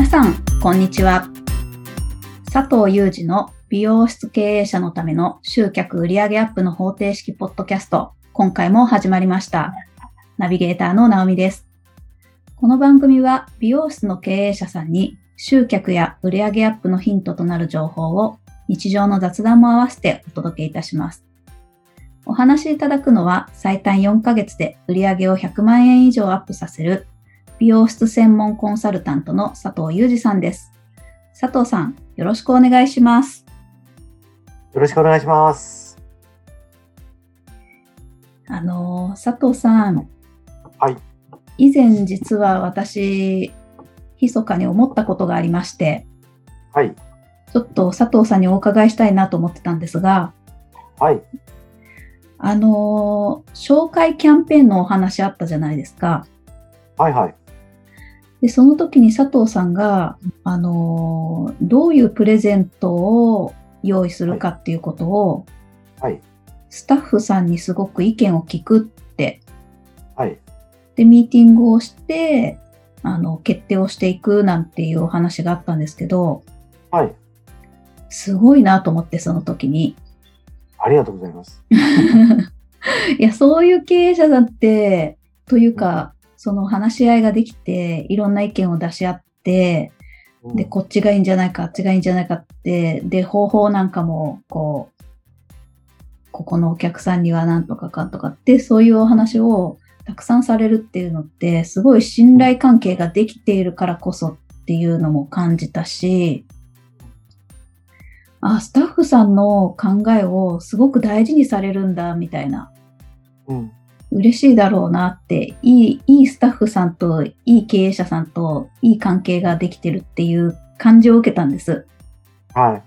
さん、こんにちは。佐藤祐二の美容室経営者のための集客売上アップの方程式ポッドキャスト、今回も始まりました。ナビゲーターの直美です。この番組は美容室の経営者さんに集客や売上アップのヒントとなる情報を日常の雑談も合わせてお届けいたします。お話しいただくのは最短4ヶ月で売上を100万円以上アップさせる美容室専門コンサルタントの佐藤祐二さんです。佐藤さん、よろしくお願いします。 よろしくお願いします。 佐藤さん。 はい。 以前実は私、密かに思ったことがありまして、 はい。 ちょっと佐藤さんにお伺いしたいなと思ってたんですが、 はい。 紹介キャンペーンのお話あったじゃないですか。 はいはい。 で、その時に佐藤さんが、どういうプレゼントを用意するかっていうことを、 はい。 スタッフさんにすごく意見を聞くって、 はい。 で、ミーティングをして、決定をしていくなんていうお話があったんですけど、 はい。 すごいなと思って、その時に。 ありがとうございます。 いや、そういう経営者だって、というか、その話し合いができて、いろんな意見を出し合って、で、こっちがいいんじゃないか、あっちがいいんじゃないかって、で、方法なんかも、ここのお客さんにはなんとかかんとかって、そういうお話をたくさんされるっていうのって、すごい信頼関係ができているからこそっていうのも感じたし、スタッフさんの考えをすごく大事にされるんだ、みたいな。嬉しいだろうなって、いいスタッフさんと、いい経営者さんと、いい関係ができてるっていう感じを受けたんです。 はい。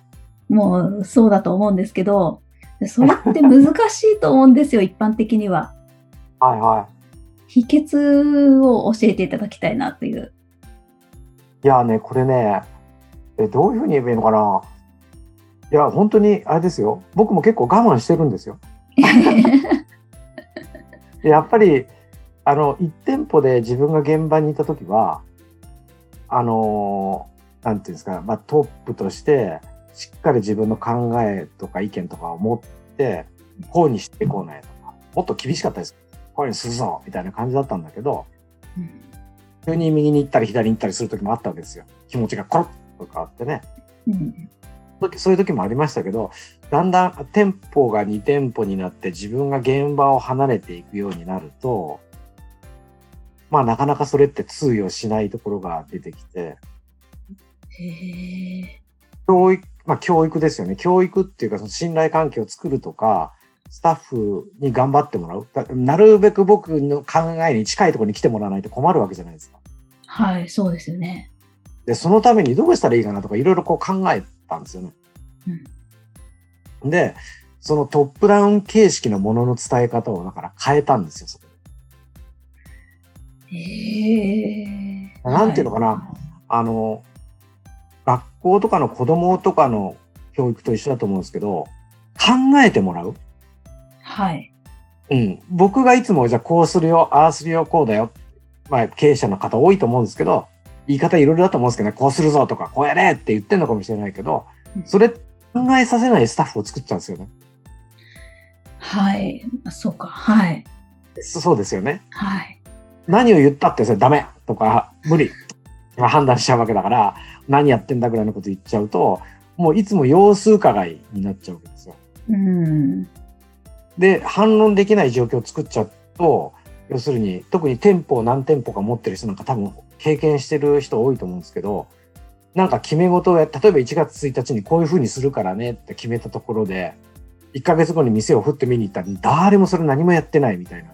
もう、そうだと思うんですけど、それって難しいと思うんですよ、一般的には。 はいはい。 秘訣を教えていただきたいなという。 いやね、これね、どういうふうに言えばいいのかな。いや、本当にあれですよ。僕も結構我慢してるんですよ。やっぱり、1店舗で自分が現場にいたときは、なんていうんですか、トップとして、しっかり自分の考えとか意見とかを持って、こうにしてこうねとか、もっと厳しかったです。こうにするぞみたいな感じだったんだけど、急に右に行ったり左に行ったりする時もあったわけですよ。気持ちがコロッと変わってね。そういう時もありましたけど、だんだん店舗が2店舗になって自分が現場を離れていくようになると、なかなかそれって通用しないところが出てきて、教育ですよね。教育っていうか、その信頼関係を作るとか、スタッフに頑張ってもらう。なるべく僕の考えに近いところに来てもらわないと困るわけじゃないですか。 はい、そうですよね。 で、そのためにどうしたらいいかなとか、いろいろ考えたんですよね。で、そのトップダウン形式のものの伝え方をだから変えたんですよ、そこで。なんていうのかな、学校とかの子供とかの教育と一緒だと思うんですけど、考えてもらう。 はい。 僕がいつもじゃあこうするよ、ああするよ、こうだよ。経営者の方多いと思うんですけど、言い方いろいろだと思うんですけどね、こうするぞとか、こうやれって言ってんのかもしれないけど、それ考えさせないスタッフを作っちゃうんですよね。 はい。そうか。はい。 そうですよね。 はい。 何を言ったってそれダメとか無理判断しちゃうわけだから、何やってんだぐらいのこと言っちゃうと、もういつも様子伺いになっちゃうわけですよ。で、反論できない状況を作っちゃうと、要するに特に店舗を何店舗か持ってる人なんか多分経験してる人多いと思うんですけど、なんか決め事を例えば1月1日にこういう風にするからねって決めたところで、1ヶ月後に店を振って見に行ったら誰もそれ何もやってないみたいな。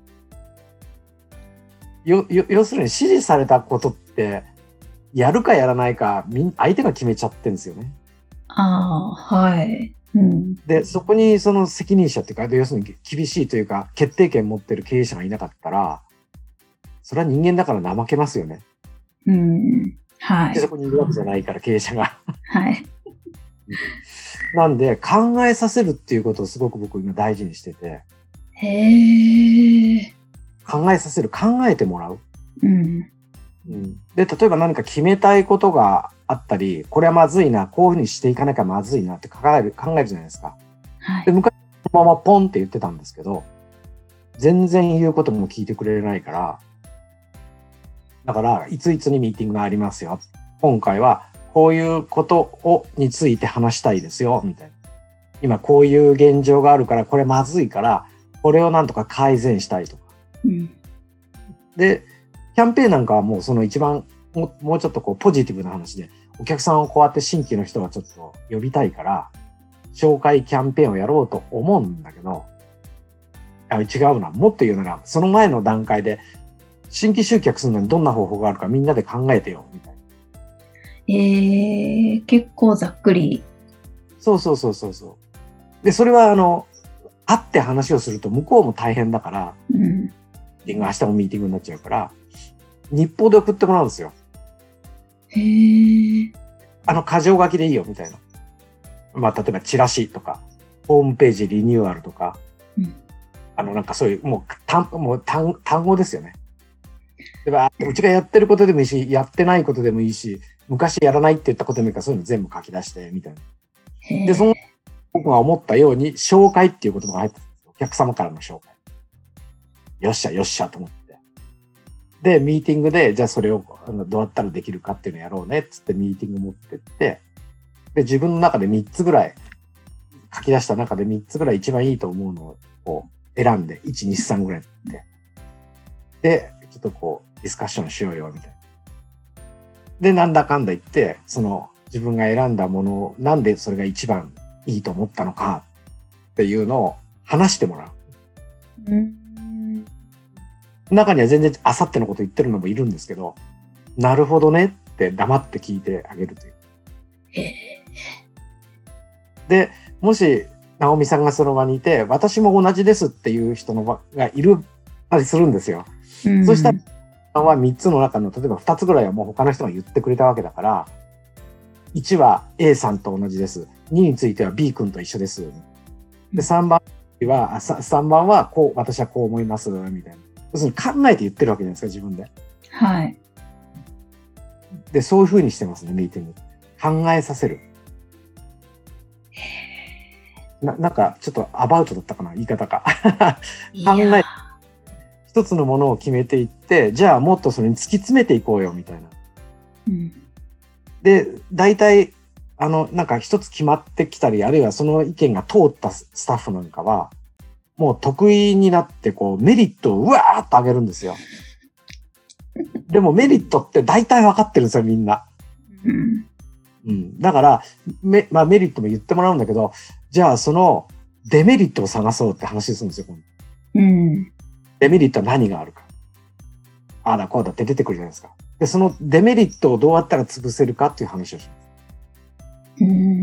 要するに指示されたことってやるかやらないか相手が決めちゃってるんですよね。 はい。 で、そこにその責任者っていうか、要するに厳しいというか決定権持ってる経営者がいなかったら、それは人間だから怠けますよね。 はい。 でそこにいるわけじゃないから経営者が。 はい。 なんで考えさせるっていうことをすごく僕今大事にしてて。 へー。 考えさせる、考えてもらう。 で、例えば何か決めたいことがあったり、これはまずいな、こういうふうにしていかなきゃまずいなって考えるじゃないですか。 はい。 で、昔そのままポンって言ってたんですけど、全然言うことも聞いてくれないから、だから、いついつにミーティングがありますよ。今回はこういうことについて話したいですよ、みたいな。今こういう現状があるから、これまずいから、これをなんとか改善したいとか。で、キャンペーンなんかはもうその一番もうちょっとこうポジティブな話で、お客さんをこうやって新規の人がちょっと呼びたいから、紹介キャンペーンをやろうと思うんだけど、違うな。もっと言うなら、その前の段階で、新規集客するのにどんな方法があるかみんなで考えてよ、みたいな。 結構ざっくり。 そう。で、それは会って話をすると向こうも大変だから、明日もミーティングになっちゃうから、日報で送ってもらうんですよ。箇条書きでいいよ、みたいな。まあ、例えばチラシとか、ホームページリニューアルとか、なんかそういう、もう単語ですよね。うちがやってることでもいいし、やってないことでもいいし、昔やらないって言ったことでもいいから、そういうの全部書き出して、みたいな。で、その、僕が思ったように、紹介っていう言葉が入ってたんですよ。お客様からの紹介。よっしゃと思って。で、ミーティングで、じゃあそれをどうやったらできるかっていうのをやろうね、つってミーティング持ってって、で、自分の中で3つぐらい、書き出した中で3つぐらい一番いいと思うのを選んで、1、2、3ぐらいって。で、ちょっとこう、ディスカッションしようよ、みたいな。で、なんだかんだ言って、その自分が選んだものを、なんでそれが一番いいと思ったのかっていうのを話してもらう。中には全然あさってのこと言ってるのもいるんですけど、なるほどねって黙って聞いてあげるという。で、もし、直美さんがその場にいて、私も同じですっていう人がいるたりするんですよ。そしたら、は3つの中の、例えば2つぐらいはもう他の人が言ってくれたわけだから、1は A さんと同じです。2については B 君と一緒です。で、3番はこう、私はこう思います、みたいな。要するに考えて言ってるわけじゃないですか、自分で。 はい。 で、そういう風にしてますね、ミーティング。考えさせる。なんか、ちょっとアバウトだったかな、言い方が。一つのものを決めていって、じゃあもっとそれに突き詰めていこうよ、みたいな。で、大体、なんか一つ決まってきたり、あるいはその意見が通ったスタッフなんかは、もう得意になって、こう、メリットをうわーっと上げるんですよ。でもメリットって大体分かってるんですよ、みんな。だから、メリットも言ってもらうんだけど、じゃあそのデメリットを探そうって話するんですよ。デメリットは何があるか。ああだこうだって出てくるじゃないですか。で、そのデメリットをどうやったら潰せるかっていう話をします。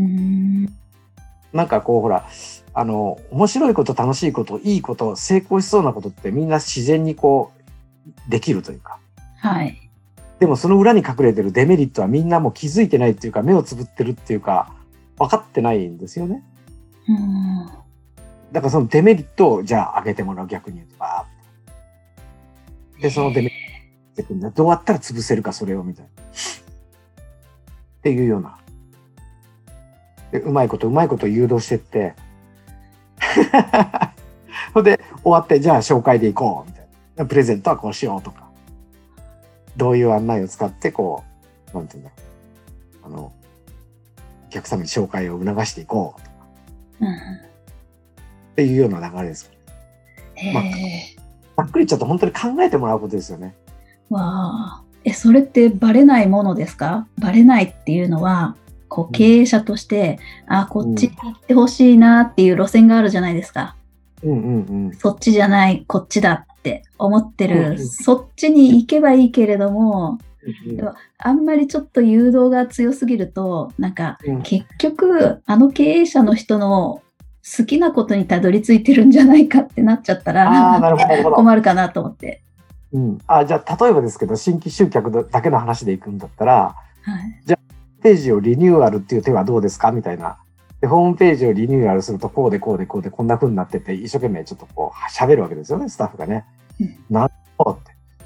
なんかこうほら、面白いこと、楽しいこと、いいこと、成功しそうなことってみんな自然にこう、できるというか。 はい。 でもその裏に隠れてるデメリットはみんなもう気づいてないっていうか、目をつぶってるっていうか、分かってないんですよね。だからそのデメリットをじゃあ上げてもらう、逆に言うとか。で、そのデメリットどうやったら潰せるか、それをみたいな。っていうような。で、うまいこと誘導してって、それで終わって、じゃあ紹介でいこう、みたいな。プレゼントはこうしようとか。どういう案内を使って、こう、なんていうんだろう。お客様に紹介を促していこうとか。っていうような流れです。ざっくり言っちゃうと本当に考えてもらうことですよね。 それってバレないものですか？バレないっていうのは、こう経営者として、こっちに行ってほしいなっていう路線があるじゃないですか。そっちじゃない、こっちだって思ってる、そっちに行けばいいけれども、でもあんまりちょっと誘導が強すぎると、なんか、結局、経営者の人の好きなことにたどり着いてるんじゃないかってなっちゃったら、困るかなと思って。 じゃあ、例えばですけど、新規集客だけの話でいくんだったら、じゃあ、ページをリニューアルっていう手はどうですかみたいな。で、ホームページをリニューアルすると、こうでこんな風になってて、一生懸命ちょっとこう、喋るわけですよね、スタッフがね。なるほどって。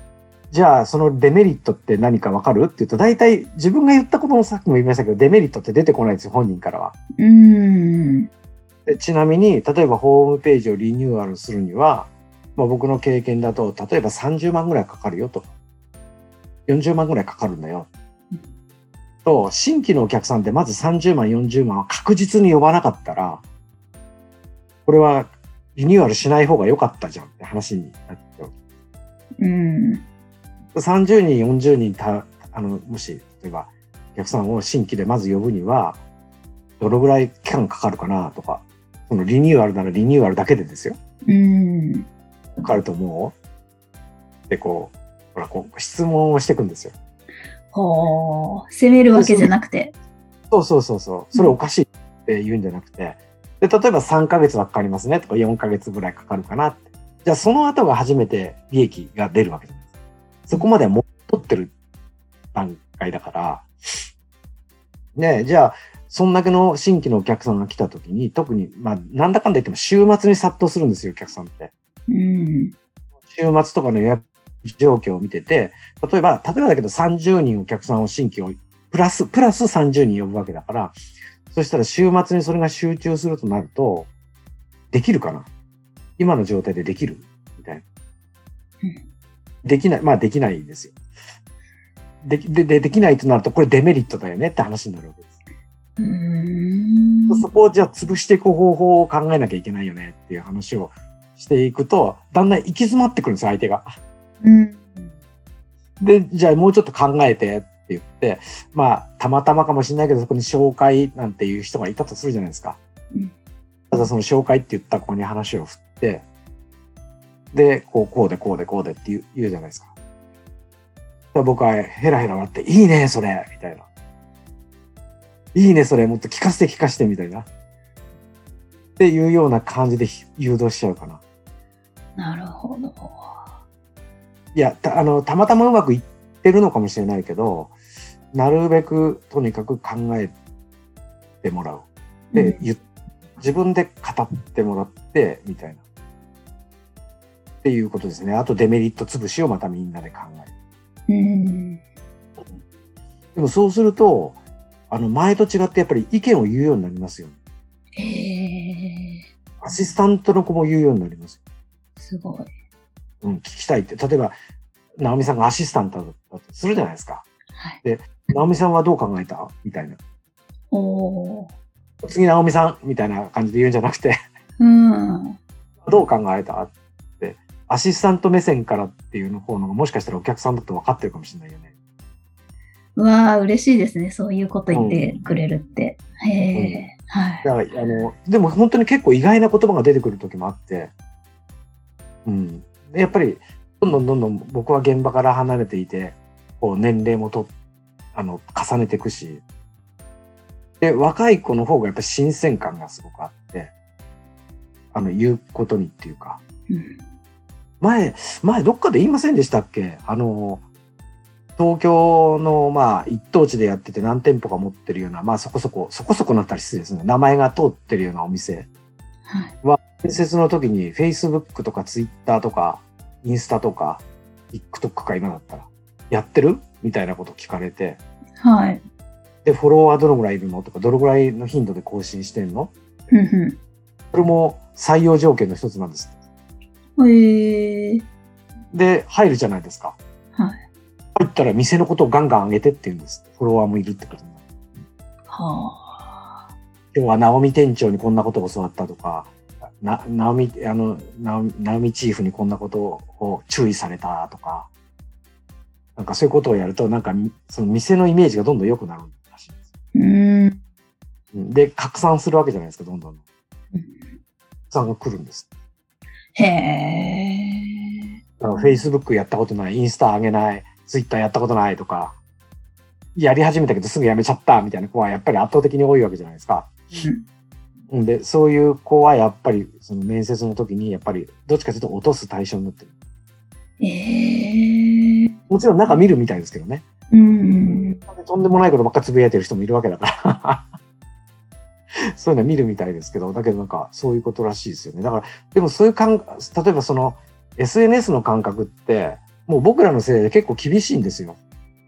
じゃあそのデメリットって何か分かるって言うと、大体自分が言ったこともさっきも言いましたけど、デメリットって出てこないですよ、本人からは。でちなみに、例えばホームページをリニューアルするには、僕の経験だと、例えば30万ぐらいかかるよと。40万ぐらいかかるんだよ。と、新規のお客さんってまず30万、40万は確実に呼ばなかったら、これはリニューアルしない方が良かったじゃんって話になってる。30人、40人もし、例えばお客さんを新規でまず呼ぶには、どのぐらい期間かかるかなとか、そのリニューアルならリニューアルだけでですよ。かかると思う。で、こう質問をしていくんですよ。 責めるわけじゃなくて。 そう。それおかしいって言うんじゃなくて、で、例えば3ヶ月はかかりますねとか4ヶ月ぐらいかかるかなって。じゃあその後が初めて利益が出るわけじゃないですか。そこまでは戻ってる段階だから。ね、じゃあ、そんだけの新規のお客さんが来た時に、特に、なんだかんだ言っても週末に殺到するんですよ、お客さんって。週末とかの予約状況を見てて、例えばだけど30人お客さんを新規をプラス30人呼ぶわけだから、そしたら週末にそれが集中するとなると、できるかな？今の状態でできる？みたいな。できない、できないですよ。できないとなると、これデメリットだよねって話になるわけです。そこをじゃあ潰していく方法を考えなきゃいけないよねっていう話をしていくと、だんだん行き詰まってくるんですよ、相手が。で、じゃあもうちょっと考えてって言って、たまたまかもしれないけど、そこに紹介なんていう人がいたとするじゃないですか。ただその紹介って言った子に話を振って、で、こうでって言うじゃないですか。僕はヘラヘラ笑って、いいね、それみたいな。いいね、それもっと聞かせてみたいな。っていうような感じで誘導しちゃうかな。 なるほど。 いや、たまたまうまくいってるのかもしれないけど、なるべくとにかく考えてもらう。で、自分で語ってもらって、みたいな。っていうことですね。あとデメリット潰しをまたみんなで考える。でもそうすると、前と違ってやっぱり意見を言うようになりますよね。アシスタントの子も言うようになります。 すごい。 聞きたいって。例えば、直美さんがアシスタントだとするじゃないですか。で、直美さんはどう考えたみたいな。次直美さんみたいな感じで言うんじゃなくてどう考えたって、アシスタント目線からっていう方のがもしかしたらお客さんだと分かってるかもしれないよね。 うわー、嬉しいですね。そういうこと言ってくれるって。 だからでも本当に結構意外な言葉が出てくる時もあって、でやっぱりどんどん僕は現場から離れていて、こう年齢も重ねていくし、で若い子の方がやっぱり新鮮感がすごくあって、言うことにっていうか、前どっかで言いませんでしたっけ？東京の一等地でやってて何店舗か持ってるような、そこそこなったり失礼ですね。名前が通ってるようなお店は、面接の時に Facebook とか Twitter とかインスタとか TikTok か今だったらやってる？みたいなこと聞かれて、で、フォロワーどのぐらいいるのとか、どのぐらいの頻度で更新してんの？それも採用条件の一つなんです。で、入るじゃないですか。入ったら店のことをガンガン上げてって言うんです。フォロワーもいるってことになる。今日は直美店長にこんなことを教わったとか、直美チーフにこんなことを注意されたとか、なんかそういうことをやると、なんかその店のイメージがどんどん良くなるらしいんです。で、拡散するわけじゃないですか、どんどん。拡散が来るんです。Facebook やったことない、インスタ上げない、Twitter やったことないとか、やり始めたけどすぐやめちゃったみたいな子はやっぱり圧倒的に多いわけじゃないですか。で、そういう子はやっぱりその面接の時にやっぱりどっちかというと落とす対象になってる。もちろん中見るみたいですけどね。とんでもないことばっかつぶやいてる人もいるわけだからそういうのは見るみたいですけど、だけどなんかそういうことらしいですよね。だからでもそういう例えばその SNS の感覚ってもう僕らの世代で結構厳しいんですよ。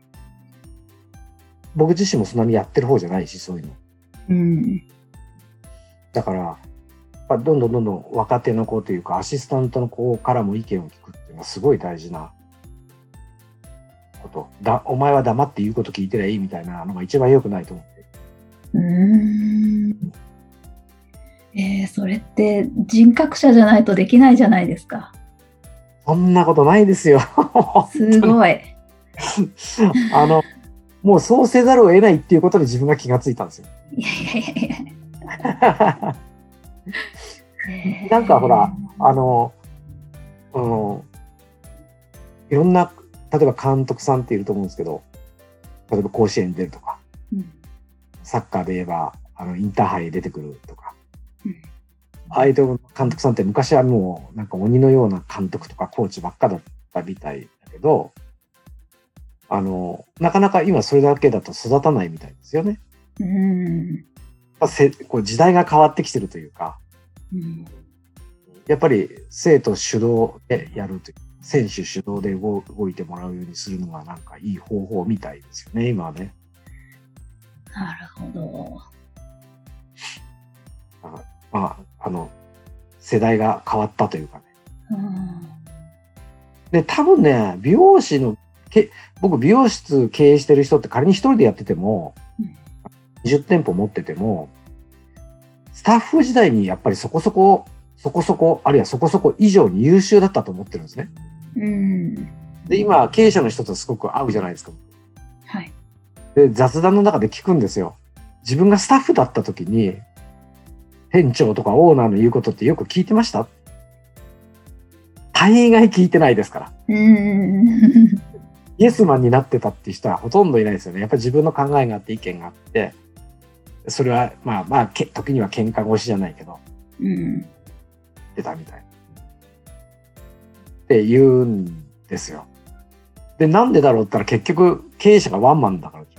僕自身もそんなにやってる方じゃないし、そういうの。 うん。 だから、やっぱどんどん若手の子というか、アシスタントの子からも意見を聞くっていうのはすごい大事なこと。お前は黙って言うこと聞いてりゃいいみたいなのが一番良くないと思って。 それって人格者じゃないとできないじゃないですか。 そんなことないですよ。 すごい。 もうそうせざるを得ないっていうことで自分が気がついたんですよ。 いやいやいやいや。 なんかほら、いろんな、例えば監督さんっていると思うんですけど、例えば甲子園に出るとか、サッカーで言えば、インターハイに出てくるとか、ああいう監督さんって昔はもうなんか鬼のような監督とかコーチばっかだったみたいだけど、なかなか今それだけだと育たないみたいですよね。こう時代が変わってきてるというか、やっぱり生徒主導でやるという、選手主導で動いてもらうようにするのがなんかいい方法みたいですよね、今はね。 なるほど。 まあ、世代が変わったというかね。で、多分ね、僕美容室経営してる人って仮に一人でやってても、20店舗持ってても、スタッフ時代にやっぱりそこそこ、あるいはそこそこ以上に優秀だったと思ってるんですね。で、今、経営者の人とすごく合うじゃないですか。 はい。 で、雑談の中で聞くんですよ。自分がスタッフだった時に、店長とかオーナーの言うことってよく聞いてました？大概聞いてないですから。イエスマンになってたっていう人はほとんどいないですよね。やっぱり自分の考えがあって意見があって、それはまあ時には喧嘩腰じゃないけど、出たみたいって言うんですよ。で、なんでだろうって言ったら結局経営者がワンマンだから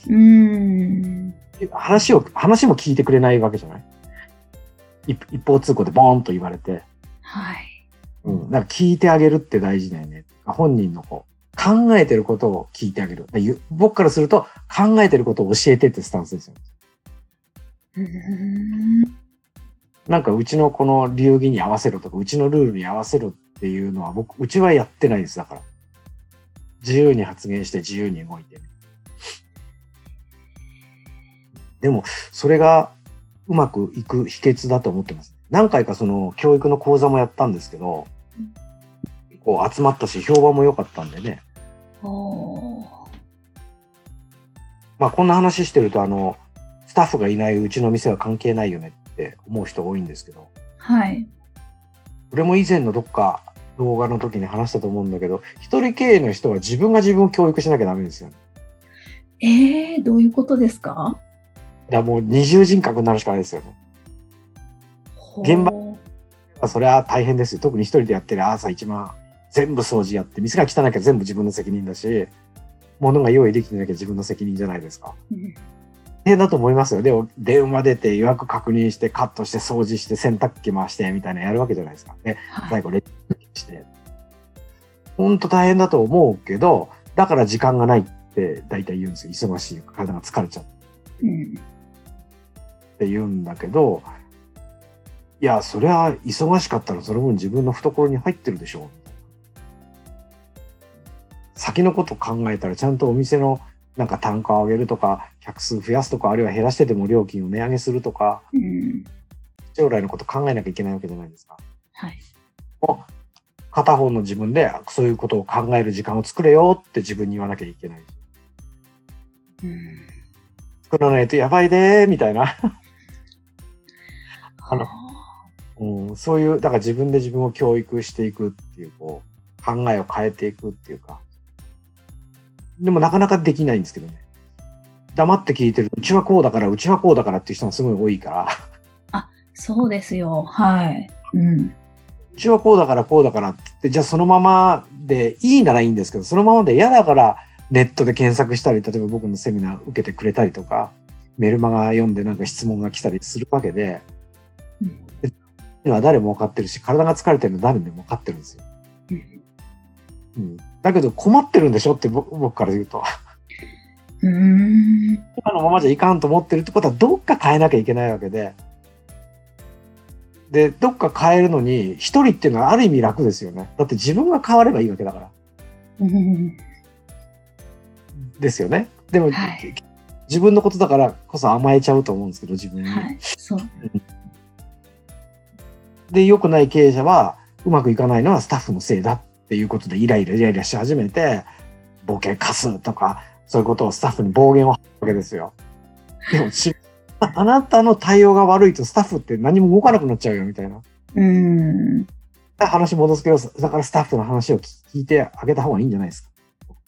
話も聞いてくれないわけじゃない。一方通行でボーンと言われて、 はい。 なんか聞いてあげるって大事だよね。本人の考えてることを聞いてあげる。僕からすると考えてることを教えてってスタンスですよ。なんかうちのこの流儀に合わせろとか、うちのルールに合わせろっていうのはうちはやってないです。だから。自由に発言して自由に動いて。でも、それがうまくいく秘訣だと思ってます。何回かその教育の講座もやったんですけど、こう集まったし、評判も良かったんでね。まあこんな話してるとスタッフがいないうちの店は関係ないよねって思う人多いんですけど。 はい。 俺も以前のどっか動画の時に話したと思うんだけど、一人経営の人は自分が自分を教育しなきゃダメですよね。 どういうことですか？ もう二重人格になるしかないですよね。現場はそれは大変ですよ。特に一人でやってる朝一番全部掃除やって、店が汚なきゃ全部自分の責任だし、物が用意できてなきゃ自分の責任じゃないですか。大変だと思いますよ。でも電話出て予約確認してカットして掃除して洗濯機回してみたいなやるわけじゃないですか。で、最後レッドして。本当大変だと思うけど、だから時間がないって大体言うんですよ。忙しい。体が疲れちゃう。って言うんだけど、いや、そりゃ忙しかったらその分自分の懐に入ってるでしょう。先のこと考えたらちゃんとお店のなんか単価を上げるとか、客数増やすとか、あるいは減らしてでも料金を値上げするとか、将来のこと考えなきゃいけないわけじゃないですか。 はい。 片方の自分でそういうことを考える時間を作れよって自分に言わなきゃいけない。作らないとやばいでーみたいなそういうだから自分で自分を教育していくっていう考えを変えていくっていうか、でもなかなかできないんですけどね。黙って聞いてるうちはこうだからうちはこうだからっていう人がすごい多いからそうですよ。はい。 うちはこうだからこうだからって言って、じゃあそのままでいいならいいんですけど、そのままで嫌だからネットで検索したり、例えば僕のセミナー受けてくれたりとか、メルマガ読んでなんか質問が来たりするわけで、誰も分かってるし、体が疲れてるの誰でも分かってるんですよ。 だけど困ってるんでしょって僕から言うと。 今のままじゃいかんと思ってるってことはどっか変えなきゃいけないわけで。で、どっか変えるのに一人っていうのはある意味楽ですよね。だって自分が変わればいいわけだから。ですよね。でも、はい、自分のことだからこそ甘えちゃうと思うんですけど、自分に。はい、そう。で、良くない経営者はうまくいかないのはスタッフのせいだっていうことでイライラし始めて、ボケかすとか、そういうことをスタッフに暴言を吐くわけですよ。でもあなたの対応が悪いとスタッフって何も動かなくなっちゃうよみたいな。話戻すけど、だからスタッフの話を聞いてあげた方がいいんじゃないですか。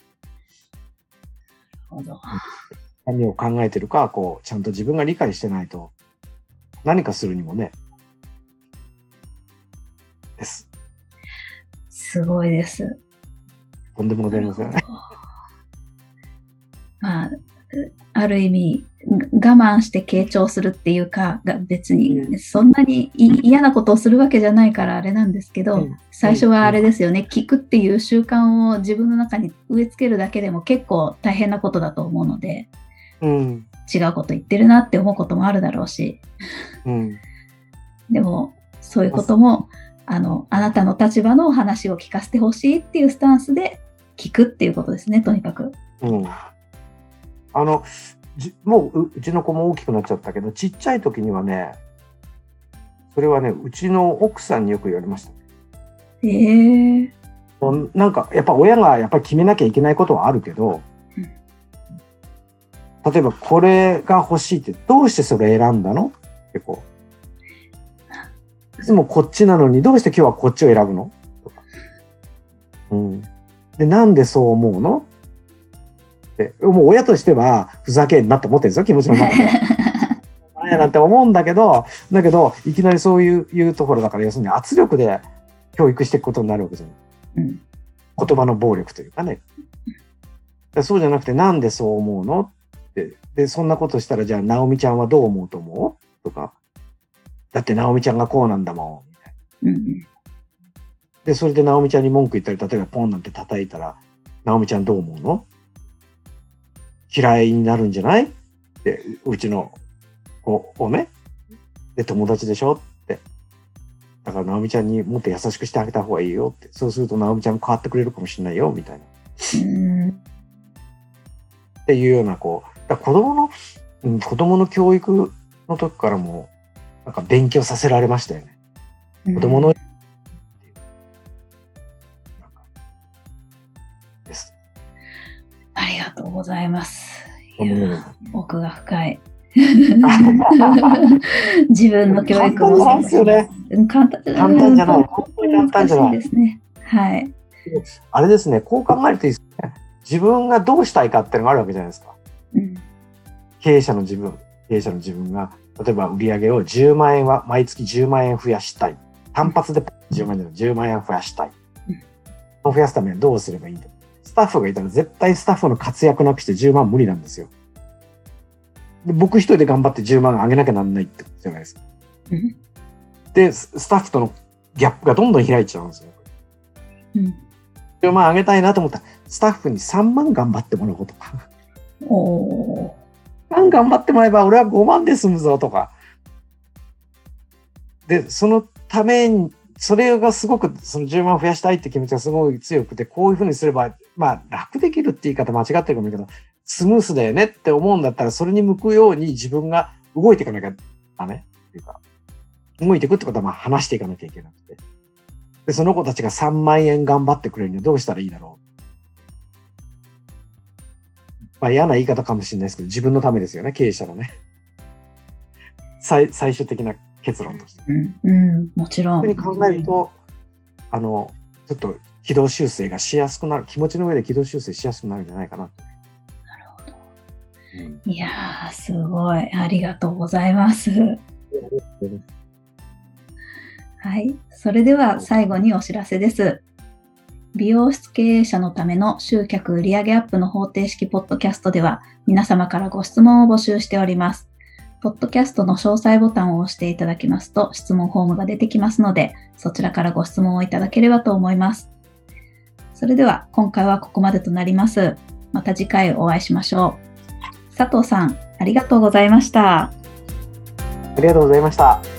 なるほど。何を考えてるか、こう、ちゃんと自分が理解してないと、何かするにもね、です。 すごいです。 とんでもございません。 まあ、ある意味我慢して傾聴するっていうか別にそんなに嫌なことをするわけじゃないからあれなんですけど、最初はあれですよね、聞くっていう習慣を自分の中に植え付けるだけでも結構大変なことだと思うので、違うこと言ってるなって思うこともあるだろうし、でもそういうこともあなたの立場の話を聞かせてほしいっていうスタンスで聞くっていうことですね、とにかく。 もううちの子も大きくなっちゃったけど、ちっちゃい時にはね、それはね、うちの奥さんによく言われました。なんかやっぱ親がやっぱり決めなきゃいけないことはあるけど、例えばこれが欲しいってどうしてそれ選んだのってこう、いつもこっちなのにどうして今日はこっちを選ぶのとか、でなんでそう思うのもう親としてはふざけんなって思ってるんですよ、気持ちの中で。何やなんて思うんだけどいきなりそういうところだから、要するに圧力で教育していくことになるわけじゃない。言葉の暴力というかね。そうじゃなくて、なんでそう思うのって。で、そんなことしたら、じゃあ、直美ちゃんはどう思うと思うとか。だって直美ちゃんがこうなんだもん。みたいな。で、それで直美ちゃんに文句言ったり、例えばポンなんて叩いたら、直美ちゃんどう思うの？嫌いになるんじゃないって、うちの子をね。で、友達でしょって。だから直美ちゃんにもっと優しくしてあげた方がいいよって。そうすると直美ちゃんも変わってくれるかもしれないよ、みたいな。っていうような、こう、子供の教育の時からも、なんか勉強させられましたよね。子供の、です。 ありがとうございます。奥が深い。自分の教育もそうですよね。簡単じゃない。本当に簡単じゃないですね。はい。 あれですね。こう考えるといいですね。自分がどうしたいかっていうのがあるわけじゃないですか。経営者の自分が例えば売り上げを10万円は毎月10万円増やしたい。単発で10万円で10万円増やしたい。増やすためにはどうすればいいと。スタッフがいたら絶対スタッフの活躍なくして10万無理なんですよ。で、僕一人で頑張って10万上げなきゃなんないってことじゃないですか。で、スタッフとのギャップがどんどん開いちゃうんですよ。10万上げたいなと思ったら、スタッフに3万頑張ってもらおうとか。3万頑張ってもらえば俺は5万で済むぞとか。で、そのために、それがすごく、その10万増やしたいって気持ちがすごい強くて、こういうふうにすれば、まあ楽できるって言い方間違ってるかもいいけど、スムースだよねって思うんだったら、それに向くように自分が動いていかなきゃダメっていうか、動いていくってことはまあ話していかなきゃいけなくて。で、その子たちが3万円頑張ってくれるにはどうしたらいいだろう。まあ嫌な言い方かもしれないですけど、自分のためですよね、経営者のね。最終的な結論として。 もちろん。 そういうふうに考えると、ちょっと軌道修正がしやすくなる、気持ちの上で軌道修正しやすくなるんじゃないかな。 なるほど。いやー、すごい。ありがとうございます。はい。それでは最後にお知らせです。美容室経営者のための集客売上アップの方程式ポッドキャストでは皆様からご質問を募集しております。ポッドキャストの詳細ボタンを押していただきますと質問フォームが出てきますので、そちらからご質問をいただければと思います。 それでは今回はここまでとなります。また次回お会いしましょう。佐藤さん、ありがとうございました。 ありがとうございました。